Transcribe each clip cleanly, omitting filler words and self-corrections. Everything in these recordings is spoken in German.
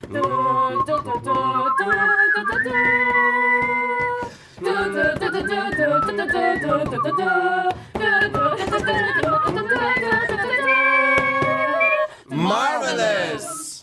Marvelous!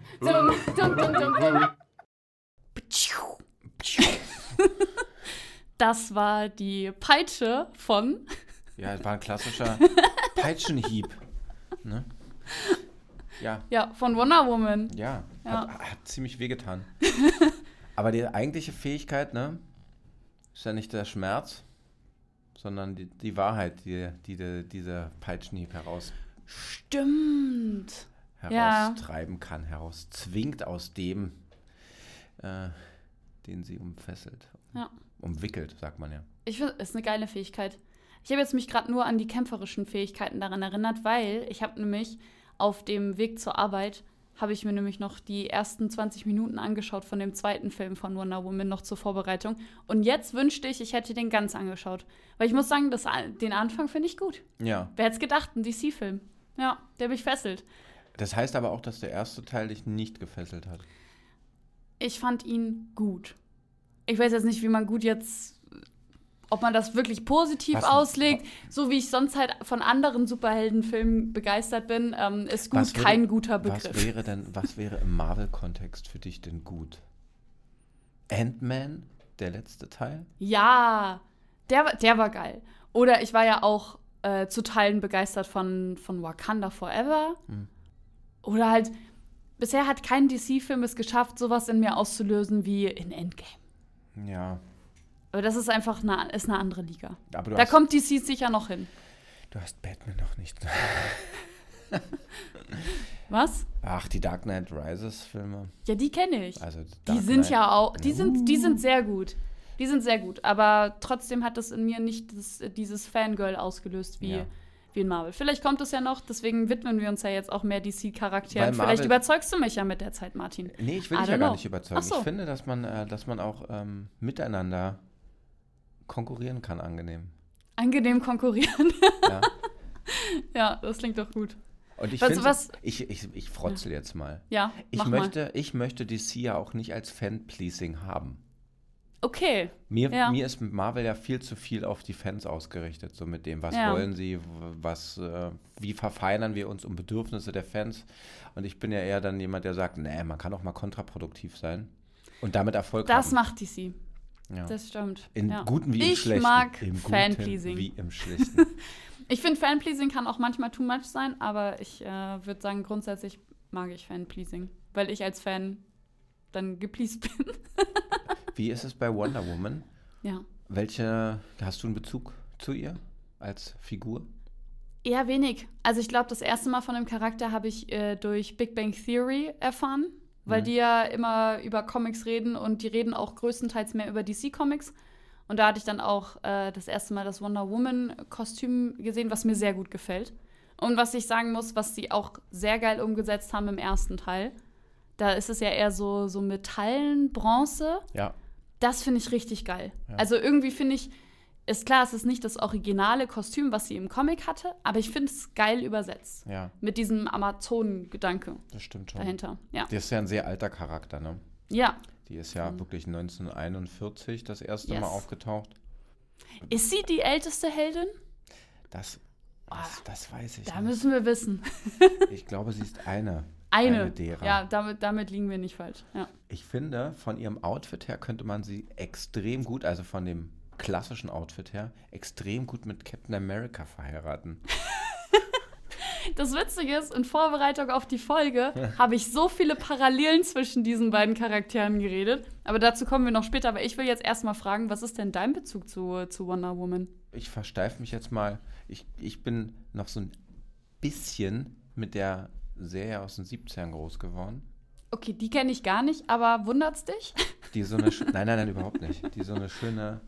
Das war die Peitsche von... Ja, es war ein klassischer Peitschenhieb. Ne? Ja. Ja, von Wonder Woman. Ja, Ja. Hat ziemlich wehgetan. Aber die eigentliche Fähigkeit, ne, ist ja nicht der Schmerz, sondern die Wahrheit, die dieser Peitschenhieb Stimmt. heraustreiben kann, herauszwingt aus dem, den sie umfesselt. Ja. Umwickelt, sagt man ja. Ich finde, es ist eine geile Fähigkeit. Ich habe jetzt mich gerade nur an die kämpferischen Fähigkeiten daran erinnert, weil ich habe nämlich auf dem Weg zur Arbeit habe ich mir nämlich noch die ersten 20 Minuten angeschaut von dem zweiten Film von Wonder Woman noch zur Vorbereitung. Und jetzt wünschte ich hätte den ganz angeschaut. Weil ich muss sagen, den Anfang finde ich gut. Ja. Wer hätte es gedacht, ein DC-Film. Ja, der mich fesselt. Das heißt aber auch, dass der erste Teil dich nicht gefesselt hat. Ich fand ihn gut. Ich weiß jetzt nicht, wie man gut jetzt... Ob man das wirklich positiv auslegt, so wie ich sonst halt von anderen Superheldenfilmen begeistert bin, ist gut kein guter Begriff. Was wäre im Marvel-Kontext für dich denn gut? Ant-Man, der letzte Teil? Ja, der war geil. Oder ich war ja auch zu Teilen begeistert von Wakanda Forever. Oder halt, bisher hat kein DC-Film es geschafft, sowas in mir auszulösen wie in Endgame. Ja. Aber das ist einfach eine andere Liga. Aber da kommt DC sicher noch hin. Du hast Batman noch nicht. Was? Ach, die Dark Knight Rises Filme. Ja, die kenne ich. Also die sind ja auch, die sind sehr gut. Die sind sehr gut, aber trotzdem hat das in mir nicht dieses Fangirl ausgelöst wie in Marvel. Vielleicht kommt es ja noch, deswegen widmen wir uns ja jetzt auch mehr DC-Charakteren. Vielleicht überzeugst du mich ja mit der Zeit, Martin. Nee, ich will dich ja gar nicht überzeugen. So. Ich finde, dass man auch miteinander konkurrieren kann, angenehm. Angenehm konkurrieren. Ja. Ja, das klingt doch gut. Und ich frotzel jetzt mal. Ja, ich möchte DC ja auch nicht als Fan-Pleasing haben. Okay. Mir ist mit Marvel ja viel zu viel auf die Fans ausgerichtet, so mit dem, was wollen sie, wie verfeinern wir uns um Bedürfnisse der Fans. Und ich bin ja eher dann jemand, der sagt, nee, man kann auch mal kontraproduktiv sein und damit Erfolg haben. Das macht DC. Ja. Das stimmt. In Guten wie im Schlechten. Ich mag Fan-Pleasing. Wie im Schlechten. Ich finde, Fan-Pleasing kann auch manchmal too much sein, aber ich würde sagen, grundsätzlich mag ich Fan-Pleasing, weil ich als Fan dann gepleased bin. Wie ist es bei Wonder Woman? Ja. Hast du einen Bezug zu ihr als Figur? Eher wenig. Also ich glaube, das erste Mal von dem Charakter habe ich durch Big Bang Theory erfahren, weil die ja immer über Comics reden und die reden auch größtenteils mehr über DC-Comics. Und da hatte ich dann auch das erste Mal das Wonder Woman-Kostüm gesehen, was mir sehr gut gefällt. Und was ich sagen muss, was sie auch sehr geil umgesetzt haben im ersten Teil, da ist es ja eher so Metallen, Bronze. Ja. Das finde ich richtig geil. Ja. Also irgendwie finde ich, ist klar, es ist nicht das originale Kostüm, was sie im Comic hatte, aber ich finde es geil übersetzt. Ja. Mit diesem Amazonen-Gedanke Das stimmt schon. dahinter. Ja. Die ist ja ein sehr alter Charakter, ne? Ja. Die ist ja wirklich 1941 das erste Mal aufgetaucht. Ist sie die älteste Heldin? Das weiß ich Da nicht. müssen wir wissen. Ich glaube, sie ist eine derer. Ja, damit liegen wir nicht falsch. Ja. Ich finde, von ihrem Outfit her könnte man sie extrem gut, also von dem klassischen Outfit her, extrem gut mit Captain America verheiraten. Das Witzige ist, in Vorbereitung auf die Folge habe ich so viele Parallelen zwischen diesen beiden Charakteren geredet. Aber dazu kommen wir noch später. Aber ich will jetzt erstmal fragen, was ist denn dein Bezug zu Wonder Woman? Ich versteife mich jetzt mal. Ich bin noch so ein bisschen mit der Serie aus den 70ern groß geworden. Okay, die kenne ich gar nicht, aber wundert's dich? Die so eine nein, überhaupt nicht. Die so eine schöne,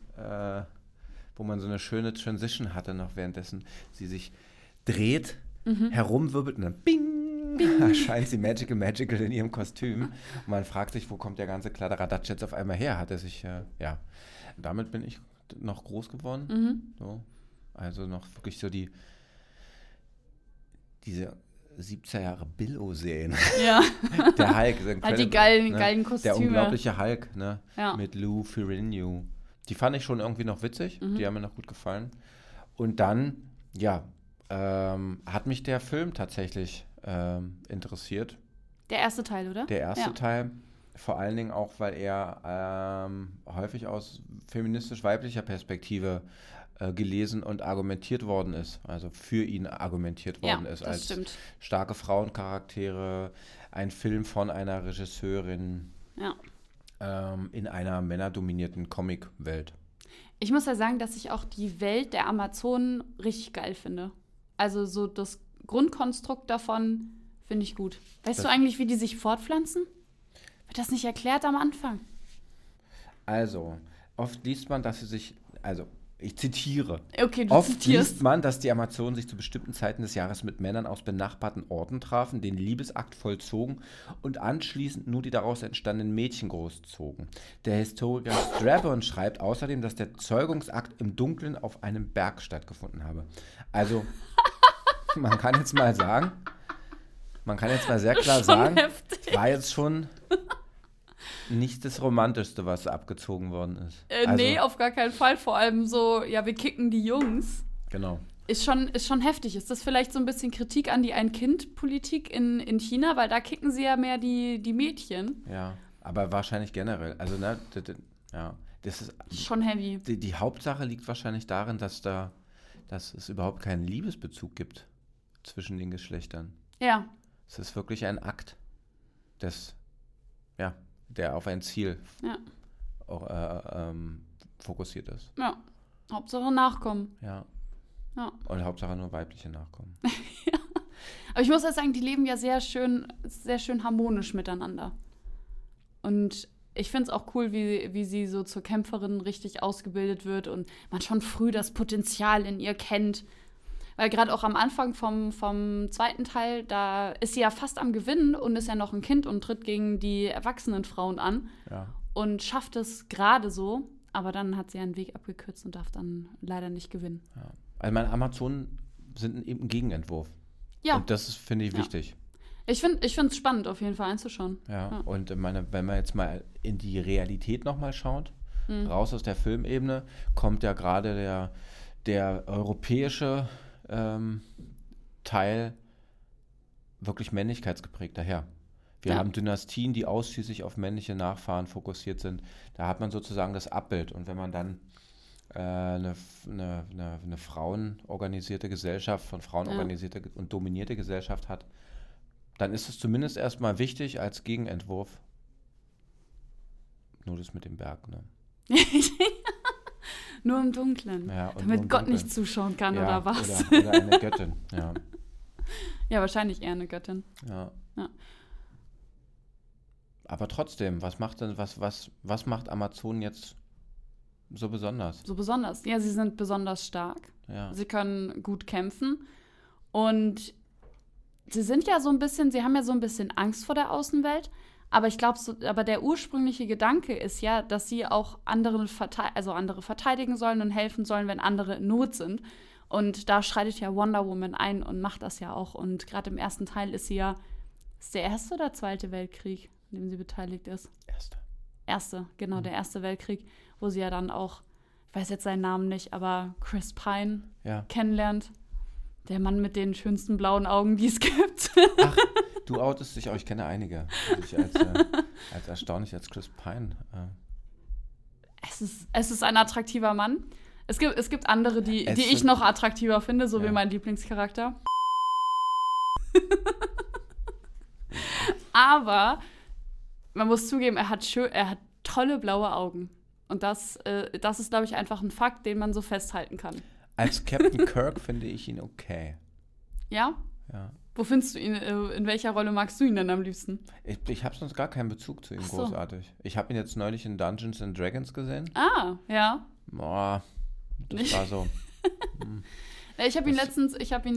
wo man so eine schöne Transition hatte noch währenddessen sie sich dreht, herumwirbelt und dann bing, erscheint sie magical in ihrem Kostüm. Und man fragt sich, wo kommt der ganze Kladderadatsch jetzt auf einmal her? Hat er sich, ja. Damit bin ich noch groß geworden. So. Also noch wirklich so diese 70er Jahre Billo-Serien. Ja. Der Hulk. Halt die geilen Kostüme. Der unglaubliche Hulk, ne? Ja. Mit Lou Ferrigno. Die fand ich schon irgendwie noch witzig. Die haben mir noch gut gefallen. Und dann, ja, hat mich der Film tatsächlich interessiert. Der erste Teil, oder? Der erste Teil. Vor allen Dingen auch, weil er häufig aus feministisch-weiblicher Perspektive gelesen und argumentiert worden ist. Also für ihn argumentiert worden ist. Als stimmt. Starke Frauencharaktere, ein Film von einer Regisseurin in einer männerdominierten Comic-Welt. Ich muss ja sagen, dass ich auch die Welt der Amazonen richtig geil finde. Also so das Grundkonstrukt davon finde ich gut. Weißt du eigentlich, wie die sich fortpflanzen? Wird das nicht erklärt am Anfang? Also, oft liest man, dass sie sich, also ich zitiere, okay, oft liest man, dass die Amazonen sich zu bestimmten Zeiten des Jahres mit Männern aus benachbarten Orten trafen, den Liebesakt vollzogen und anschließend nur die daraus entstandenen Mädchen großzogen. Der Historiker Strabon schreibt außerdem, dass der Zeugungsakt im Dunkeln auf einem Berg stattgefunden habe. Also, man kann jetzt mal sehr klar sagen, war jetzt schon nicht das Romantischste, was abgezogen worden ist. Nee, auf gar keinen Fall. Vor allem so, ja, wir kicken die Jungs. Genau. Ist schon heftig. Ist das vielleicht so ein bisschen Kritik an die Ein-Kind-Politik in China? Weil da kicken sie ja mehr die Mädchen. Ja, aber wahrscheinlich generell. Also, ne, das ist schon heavy. Die Hauptsache liegt wahrscheinlich darin, dass es überhaupt keinen Liebesbezug gibt zwischen den Geschlechtern. Ja. Es ist wirklich ein Akt, der auf ein Ziel fokussiert ist. Ja, Hauptsache Nachkommen. Ja. Und Hauptsache nur weibliche Nachkommen. Ja. Aber ich muss ja sagen, die leben ja sehr schön harmonisch miteinander. Und ich finde es auch cool, wie sie so zur Kämpferin richtig ausgebildet wird und man schon früh das Potenzial in ihr kennt. Weil gerade auch am Anfang vom zweiten Teil, da ist sie ja fast am Gewinnen und ist ja noch ein Kind und tritt gegen die erwachsenen Frauen an und schafft es gerade so, aber dann hat sie einen Weg abgekürzt und darf dann leider nicht gewinnen. Ja. Also meine Amazonen sind eben ein Gegenentwurf. Ja. Und das finde ich wichtig. Ich finde es spannend, auf jeden Fall einzuschauen. Ja. Und wenn man jetzt mal in die Realität nochmal schaut, raus aus der Filmebene, kommt ja gerade der europäische Teil wirklich männlichkeitsgeprägt daher. Wir haben Dynastien, die ausschließlich auf männliche Nachfahren fokussiert sind. Da hat man sozusagen das Abbild. Und wenn man dann eine frauenorganisierte Gesellschaft, von Frauen organisierte und dominierte Gesellschaft hat, dann ist es zumindest erstmal wichtig als Gegenentwurf. Nur das mit dem Berg, ne? Nur im Dunklen. Ja, damit Gott nicht zuschauen kann, oder was? Oder eine Göttin, ja. Ja, wahrscheinlich eher eine Göttin. Ja. Aber trotzdem, was macht Amazonen jetzt so besonders? So besonders? Ja, sie sind besonders stark. Ja. Sie können gut kämpfen. Und sie haben ja so ein bisschen Angst vor der Außenwelt. Aber ich glaube, aber der ursprüngliche Gedanke ist ja, dass sie auch andere verteidigen sollen und helfen sollen, wenn andere in Not sind. Und da schreitet ja Wonder Woman ein und macht das ja auch. Und gerade im ersten Teil ist der Erste oder Zweite Weltkrieg, in dem sie beteiligt ist? Erste, genau, der Erste Weltkrieg, wo sie ja dann auch, ich weiß jetzt seinen Namen nicht, aber Chris Pine kennenlernt. Der Mann mit den schönsten blauen Augen, die es gibt. Ach, du outest dich auch, ich kenne einige. Ich als erstaunlich als Chris Pine. Es ist ein attraktiver Mann. Es gibt andere, die ich noch attraktiver finde, so wie mein Lieblingscharakter. Aber man muss zugeben, er hat tolle blaue Augen. Und das ist, glaube ich, einfach ein Fakt, den man so festhalten kann. Als Captain Kirk finde ich ihn okay. Ja? Ja. Wo findest du ihn, in welcher Rolle magst du ihn denn am liebsten? Ich habe sonst gar keinen Bezug zu ihm großartig. Ich habe ihn jetzt neulich in Dungeons and Dragons gesehen. Ah, ja. Boah, das war so. Ich habe ihn letztes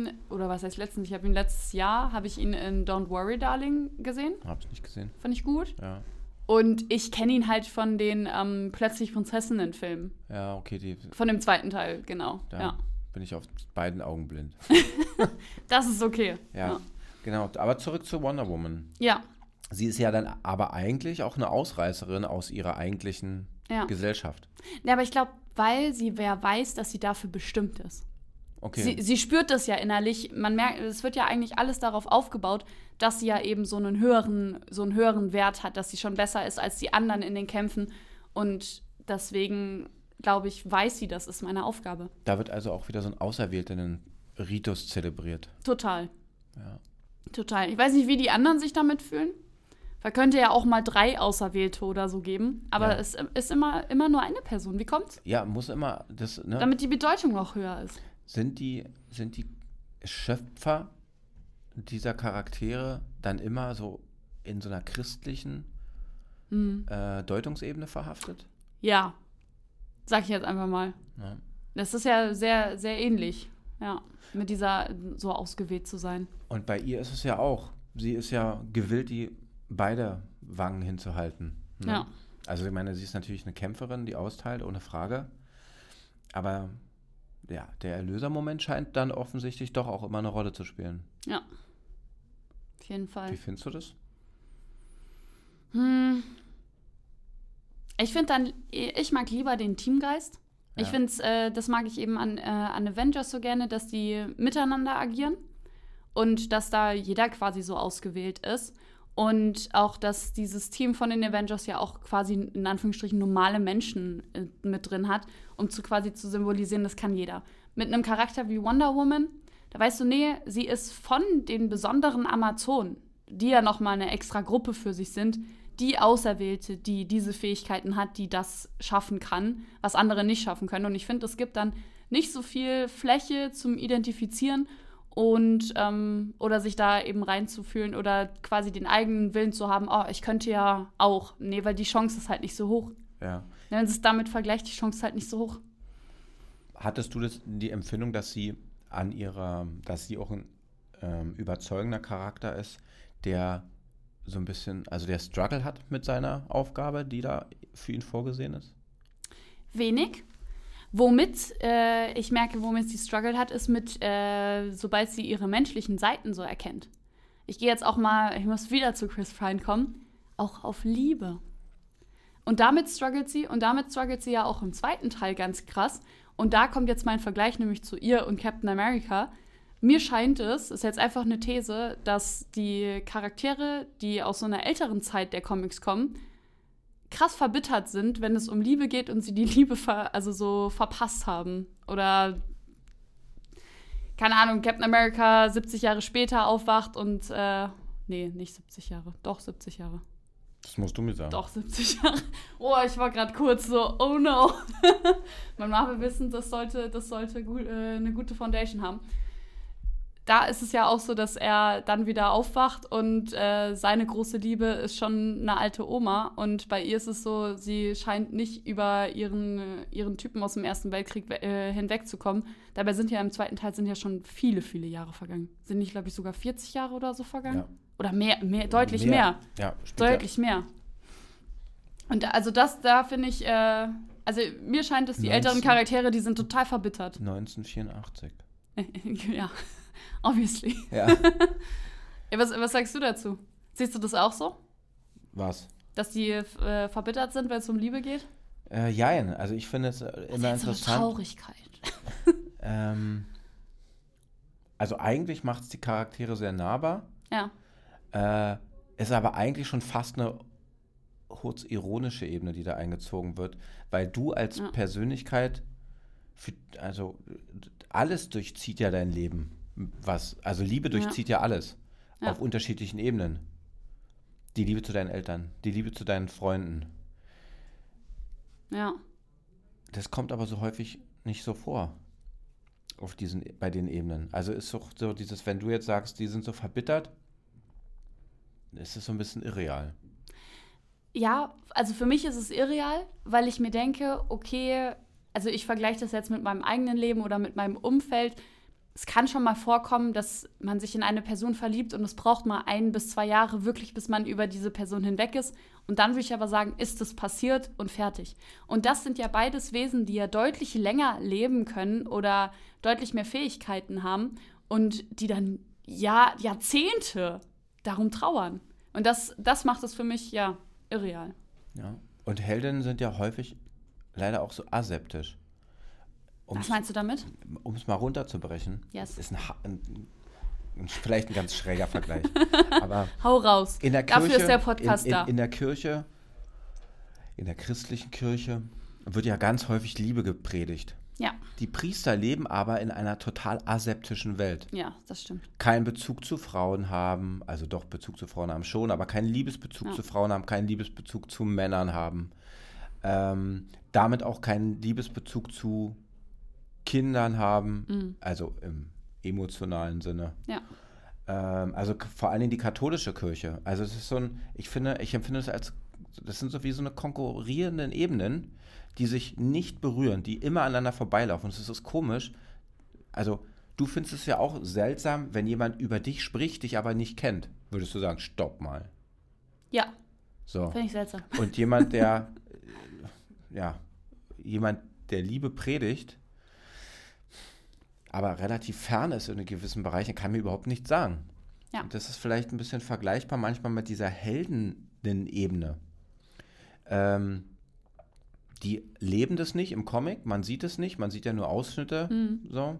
Jahr in Don't Worry, Darling gesehen. Hab's nicht gesehen. Fand ich gut. Ja. Und ich kenne ihn halt von den Plötzlich Prinzessinnen-Filmen. Ja, okay. Von dem zweiten Teil, genau. Da bin ich auf beiden Augen blind. Das ist okay. Ja. Genau, aber zurück zu Wonder Woman. Ja. Sie ist ja dann aber eigentlich auch eine Ausreißerin aus ihrer eigentlichen Gesellschaft. Ja, aber ich glaube, weil sie weiß, dass sie dafür bestimmt ist. Okay. Sie spürt das ja innerlich. Man merkt, es wird ja eigentlich alles darauf aufgebaut, dass sie ja eben so einen höheren Wert hat, dass sie schon besser ist als die anderen in den Kämpfen. Und deswegen, glaube ich, weiß sie, das ist meine Aufgabe. Da wird also auch wieder so ein Auserwählten-Ritus zelebriert. Total. Ja. Total. Ich weiß nicht, wie die anderen sich damit fühlen. Da könnte ja auch mal 3 Auserwählte oder so geben. Aber es ist immer nur eine Person. Wie kommt's? Ja, muss immer das, ne? Damit die Bedeutung noch höher ist. Sind die Schöpfer dieser Charaktere dann immer so in so einer christlichen Deutungsebene verhaftet? Ja. Sag ich jetzt einfach mal. Ja. Das ist ja sehr, sehr ähnlich. Ja. Mit dieser so ausgewählt zu sein. Und bei ihr ist es ja auch. Sie ist ja gewillt, die beide Wangen hinzuhalten. Ne? Ja. Also ich meine, sie ist natürlich eine Kämpferin, die austeilt, ohne Frage. Aber ja, der Erlösermoment scheint dann offensichtlich doch auch immer eine Rolle zu spielen. Ja. Auf jeden Fall. Wie findest du das? Ich mag lieber den Teamgeist. Ja. Ich finde, das mag ich eben an Avengers so gerne, dass die miteinander agieren und dass da jeder quasi so ausgewählt ist. Und auch, dass dieses Team von den Avengers ja auch quasi in Anführungsstrichen normale Menschen mit drin hat, um quasi zu symbolisieren, das kann jeder. Mit einem Charakter wie Wonder Woman, da weißt du, nee, sie ist von den besonderen Amazonen, die ja nochmal eine extra Gruppe für sich sind, die Auserwählte, die diese Fähigkeiten hat, die das schaffen kann, was andere nicht schaffen können. Und ich finde, es gibt dann nicht so viel Fläche zum Identifizieren und oder sich da eben reinzufühlen oder quasi den eigenen Willen zu haben, oh, ich könnte ja auch. Nee, weil die Chance ist halt nicht so hoch. Ja. Wenn man es damit vergleicht, die Chance ist halt nicht so hoch. Hattest du die Empfindung, dass sie auch ein überzeugender Charakter ist, der so ein bisschen, also der Struggle hat mit seiner Aufgabe, die da für ihn vorgesehen ist? Wenig. Womit ich merke, womit sie Struggle hat, ist sobald sie ihre menschlichen Seiten so erkennt. Ich gehe jetzt auch mal, ich muss wieder zu Chris Pine kommen, auch auf Liebe. Und damit struggelt sie ja auch im zweiten Teil ganz krass. Und da kommt jetzt mein Vergleich nämlich zu ihr und Captain America. Mir scheint es, ist jetzt einfach eine These, dass die Charaktere, die aus so einer älteren Zeit der Comics kommen, krass verbittert sind, wenn es um Liebe geht und sie die Liebe so verpasst haben. Oder, keine Ahnung, Captain America 70 Jahre später aufwacht und, nee, nicht 70 Jahre, doch 70 Jahre. Das musst du mir sagen. Doch, 70 Jahre. Oh, ich war gerade kurz so, oh no. Mein Marvel-Wissen, das sollte eine gute Foundation haben. Da ist es ja auch so, dass er dann wieder aufwacht und seine große Liebe ist schon eine alte Oma. Und bei ihr ist es so, sie scheint nicht über ihren Typen aus dem Ersten Weltkrieg hinwegzukommen. Dabei sind ja im zweiten Teil schon viele, viele Jahre vergangen. Sind nicht, glaube ich, sogar 40 Jahre oder so vergangen? Ja. Oder mehr, deutlich mehr. Ja, deutlich mehr. Und also da finde ich, also mir scheint es, die älteren Charaktere, die sind total verbittert. 1984. Ja. Obviously. Ja. Ja, was sagst du dazu? Siehst du das auch so? Was? Dass die verbittert sind, wenn es um Liebe geht? Jein. Also ich finde es immer interessant. So eine Traurigkeit. Also eigentlich macht es die Charaktere sehr nahbar. Ja. Ist aber eigentlich schon fast eine ironische Ebene, die da eingezogen wird. Weil du als Persönlichkeit, also alles durchzieht ja dein Leben. Also Liebe durchzieht ja alles. Ja. Auf unterschiedlichen Ebenen. Die Liebe zu deinen Eltern, die Liebe zu deinen Freunden. Ja. Das kommt aber so häufig nicht so vor. Bei den Ebenen. Also ist doch so dieses, wenn du jetzt sagst, die sind so verbittert, ist es so ein bisschen irreal. Ja, also für mich ist es irreal, weil ich mir denke, okay, also ich vergleiche das jetzt mit meinem eigenen Leben oder mit meinem Umfeld. Es kann schon mal vorkommen, dass man sich in eine Person verliebt und es braucht mal 1 bis 2 Jahre wirklich, bis man über diese Person hinweg ist. Und dann würde ich aber sagen, ist es passiert und fertig. Und das sind ja beides Wesen, die ja deutlich länger leben können oder deutlich mehr Fähigkeiten haben und die dann Jahrzehnte darum trauern. Und das macht es für mich, irreal. Ja. Und Heldinnen sind ja häufig leider auch so aseptisch. Was meinst du damit? Um es mal runterzubrechen, Yes. Ist vielleicht ein ganz schräger Vergleich. Aber hau raus. In der Kirche, Dafür ist der Podcast da. In der Kirche, in der christlichen Kirche, wird ja ganz häufig Liebe gepredigt. Ja. Die Priester leben aber in einer total aseptischen Welt. Ja, das stimmt. Keinen Bezug zu Frauen haben, also doch Bezug zu Frauen haben schon, aber keinen Liebesbezug zu Frauen haben, keinen Liebesbezug zu Männern haben. Damit auch keinen Liebesbezug zu Kindern haben, also im emotionalen Sinne. Ja. Also vor allen Dingen die katholische Kirche. Also es ist ich empfinde es als, das sind so wie so eine konkurrierenden Ebenen, die sich nicht berühren, die immer aneinander vorbeilaufen. Und es ist komisch. Also du findest es ja auch seltsam, wenn jemand über dich spricht, dich aber nicht kennt. Würdest du sagen, stopp mal. Ja. So. Finde ich seltsam. Und jemand, der Liebe predigt, aber relativ fern ist in gewissen Bereichen, kann mir überhaupt nichts sagen. Ja. Und das ist vielleicht ein bisschen vergleichbar manchmal mit dieser Heldinnen-Ebene. Die leben das nicht im Comic, man sieht es nicht, man sieht ja nur Ausschnitte. So.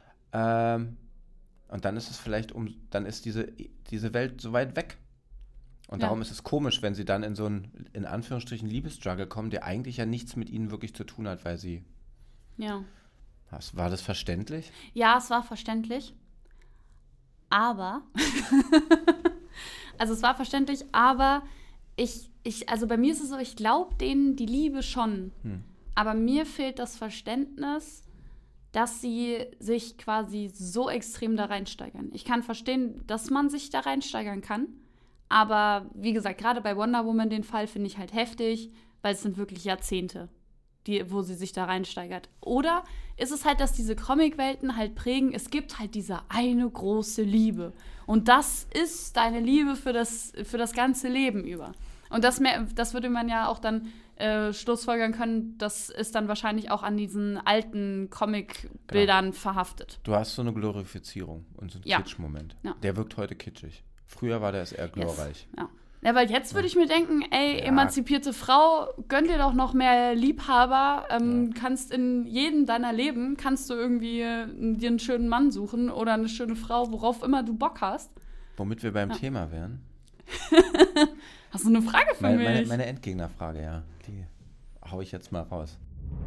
Und dann ist es vielleicht, dann ist diese Welt so weit weg. Und darum ist es komisch, wenn sie dann in so einen, in Anführungsstrichen, Liebesstruggle kommen, der eigentlich ja nichts mit ihnen wirklich zu tun hat, weil sie... Ja. War das verständlich? Ja, es war verständlich. Aber, also es war verständlich, aber also bei mir ist es so, ich glaube denen die Liebe schon. Aber mir fehlt das Verständnis, dass sie sich quasi so extrem da reinsteigern. Ich kann verstehen, dass man sich da reinsteigern kann. Aber wie gesagt, gerade bei Wonder Woman den Fall finde ich halt heftig, weil es sind wirklich Jahrzehnte, wo sie sich da reinsteigert. Oder ist es halt, dass diese Comicwelten halt prägen, es gibt halt diese eine große Liebe. Und das ist deine Liebe für das ganze Leben über. Und das würde man ja auch dann schlussfolgern können, das ist dann wahrscheinlich auch an diesen alten Comic-Bildern verhaftet. Du hast so eine Glorifizierung und so einen Kitsch-Moment. Ja. Der wirkt heute kitschig. Früher war der eher glorreich. Yes. Ja, weil jetzt würde ich mir denken, emanzipierte Frau, gönn dir doch noch mehr Liebhaber, kannst in jedem deiner Leben, kannst du irgendwie dir einen schönen Mann suchen oder eine schöne Frau, worauf immer du Bock hast. Womit wir beim Thema wären. Hast du eine Frage für mich? Meine Endgegnerfrage, ja. Die hau ich jetzt mal raus.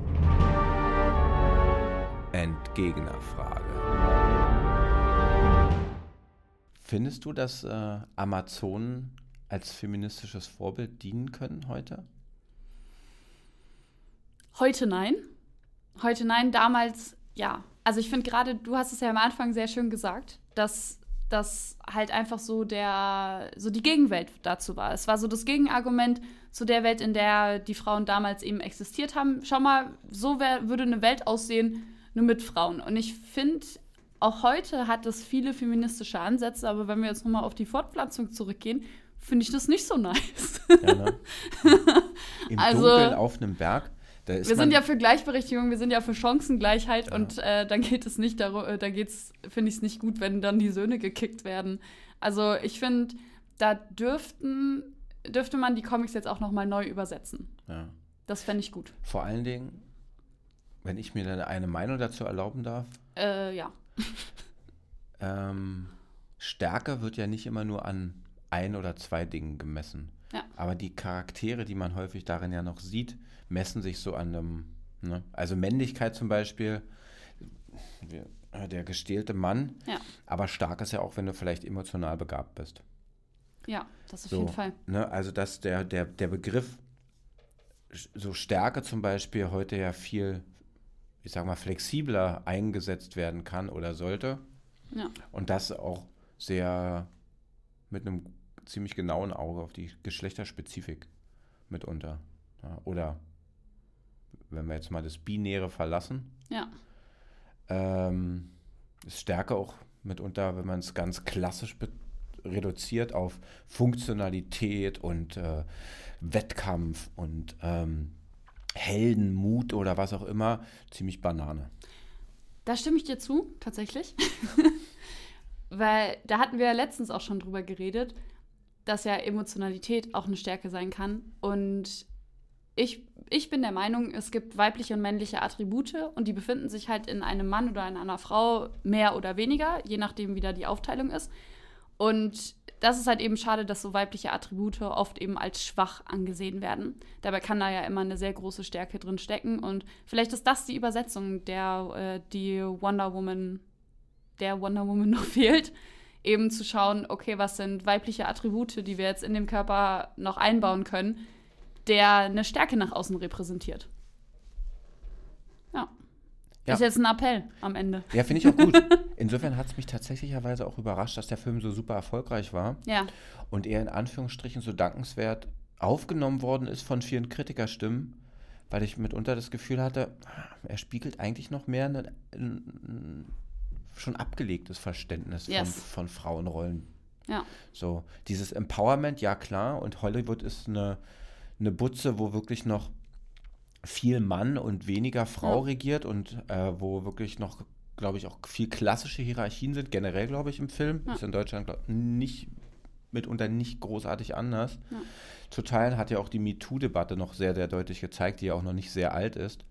Endgegnerfrage. Findest du, dass Amazonen als feministisches Vorbild dienen können heute? Heute nein. Heute nein, damals ja. Also ich finde gerade, du hast es ja am Anfang sehr schön gesagt, dass das halt einfach so die Gegenwelt dazu war. Es war so das Gegenargument zu der Welt, in der die Frauen damals eben existiert haben. Schau mal, so würde eine Welt aussehen, nur mit Frauen. Und ich finde, auch heute hat es viele feministische Ansätze, aber wenn wir jetzt nochmal auf die Fortpflanzung zurückgehen, finde ich das nicht so nice. Ja, ne? Im Dunkeln auf einem Berg. Wir sind ja für Gleichberechtigung, wir sind ja für Chancengleichheit und dann geht es nicht darum, finde ich es nicht gut, wenn dann die Söhne gekickt werden. Also ich finde, da dürfte man die Comics jetzt auch nochmal neu übersetzen. Ja. Das fände ich gut. Vor allen Dingen, wenn ich mir dann eine Meinung dazu erlauben darf. Ja. Stärke wird ja nicht immer nur an ein oder zwei Dingen gemessen. Ja. Aber die Charaktere, die man häufig darin ja noch sieht, messen sich so an einem, ne? Also Männlichkeit zum Beispiel, der gestählte Mann, aber stark ist ja auch, wenn du vielleicht emotional begabt bist. Ja, das auf jeden Fall. Ne? Also dass der Begriff so Stärke zum Beispiel heute ja viel, ich sag mal, flexibler eingesetzt werden kann oder sollte. Ja. Und das auch sehr mit einem ziemlich genauen Auge auf die Geschlechterspezifik mitunter. Ja, oder wenn wir jetzt mal das Binäre verlassen, ist Stärke auch mitunter, wenn man es ganz klassisch reduziert auf Funktionalität und Wettkampf und Heldenmut oder was auch immer, ziemlich Banane. Da stimme ich dir zu, tatsächlich. weil da hatten wir ja letztens auch schon drüber geredet, dass ja Emotionalität auch eine Stärke sein kann. Und ich bin der Meinung, es gibt weibliche und männliche Attribute und die befinden sich halt in einem Mann oder in einer Frau mehr oder weniger, je nachdem, wie da die Aufteilung ist. Und das ist halt eben schade, dass so weibliche Attribute oft eben als schwach angesehen werden. Dabei kann da ja immer eine sehr große Stärke drin stecken. Und vielleicht ist das die Übersetzung, die Wonder Woman noch fehlt. Eben zu schauen, okay, was sind weibliche Attribute, die wir jetzt in dem Körper noch einbauen können, der eine Stärke nach außen repräsentiert. Ja. Ist jetzt ein Appell am Ende. Ja, finde ich auch gut. Insofern hat es mich tatsächlicherweise auch überrascht, dass der Film so super erfolgreich war. Ja. Und er in Anführungsstrichen so dankenswert aufgenommen worden ist von vielen Kritikerstimmen, weil ich mitunter das Gefühl hatte, er spiegelt eigentlich noch mehr ein schon abgelegtes Verständnis von Frauenrollen. Ja. So, dieses Empowerment, ja klar, und Hollywood ist eine Butze, wo wirklich noch viel Mann und weniger Frau regiert und wo wirklich noch, glaube ich, auch viel klassische Hierarchien sind, generell, glaube ich, im Film. Ist in Deutschland mitunter nicht großartig anders. Ja. Zu Teilen hat ja auch die MeToo-Debatte noch sehr, sehr deutlich gezeigt, die ja auch noch nicht sehr alt ist.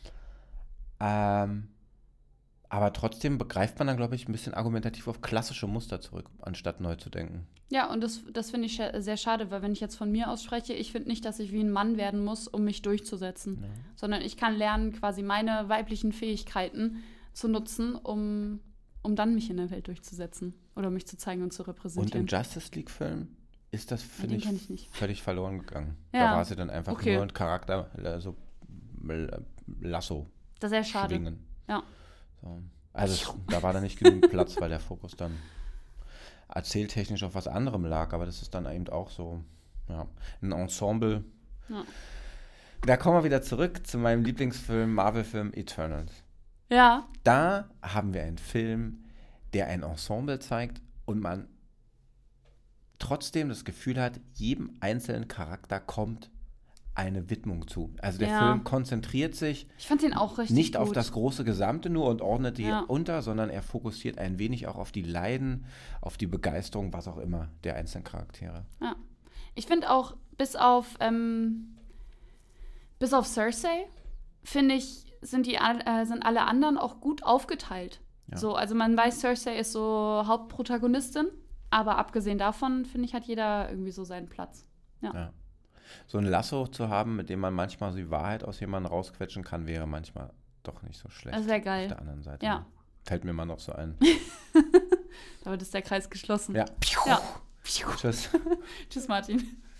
Aber trotzdem begreift man dann, glaube ich, ein bisschen argumentativ auf klassische Muster zurück, anstatt neu zu denken. Ja, und das finde ich sehr schade, weil wenn ich jetzt von mir aus spreche, ich finde nicht, dass ich wie ein Mann werden muss, um mich durchzusetzen. Ja. Sondern ich kann lernen, quasi meine weiblichen Fähigkeiten zu nutzen, um dann mich in der Welt durchzusetzen oder mich zu zeigen und zu repräsentieren. Und im Justice League-Film ist das, finde ich, völlig verloren gegangen. Ja. Da war sie dann einfach nur ein Charakter, so Lasso. Das ist sehr schade. Schwingen. Ja. So. Also da war dann nicht genügend Platz, weil der Fokus dann erzähltechnisch auf was anderem lag, aber das ist dann eben auch so, ja, ein Ensemble. Ja. Da kommen wir wieder zurück zu meinem Lieblingsfilm, Marvel-Film Eternals. Ja. Da haben wir einen Film, der ein Ensemble zeigt und man trotzdem das Gefühl hat, jedem einzelnen Charakter kommt eine Widmung zu. Also der Film konzentriert sich ich fand den auch richtig nicht gut. auf das große Gesamte nur und ordnet die unter, sondern er fokussiert ein wenig auch auf die Leiden, auf die Begeisterung, was auch immer, der einzelnen Charaktere. Ja. Ich finde auch, bis auf Cersei, finde ich, sind alle anderen auch gut aufgeteilt. Ja. So, also man weiß, Cersei ist so Hauptprotagonistin, aber abgesehen davon, finde ich, hat jeder irgendwie so seinen Platz. Ja. So ein Lasso zu haben, mit dem man manchmal die Wahrheit aus jemandem rausquetschen kann, wäre manchmal doch nicht so schlecht. Das wäre geil. Auf der anderen Seite. Ja. Fällt mir mal noch so ein. Damit ist der Kreis geschlossen. Ja. Ja. Tschüss. Tschüss, Martin.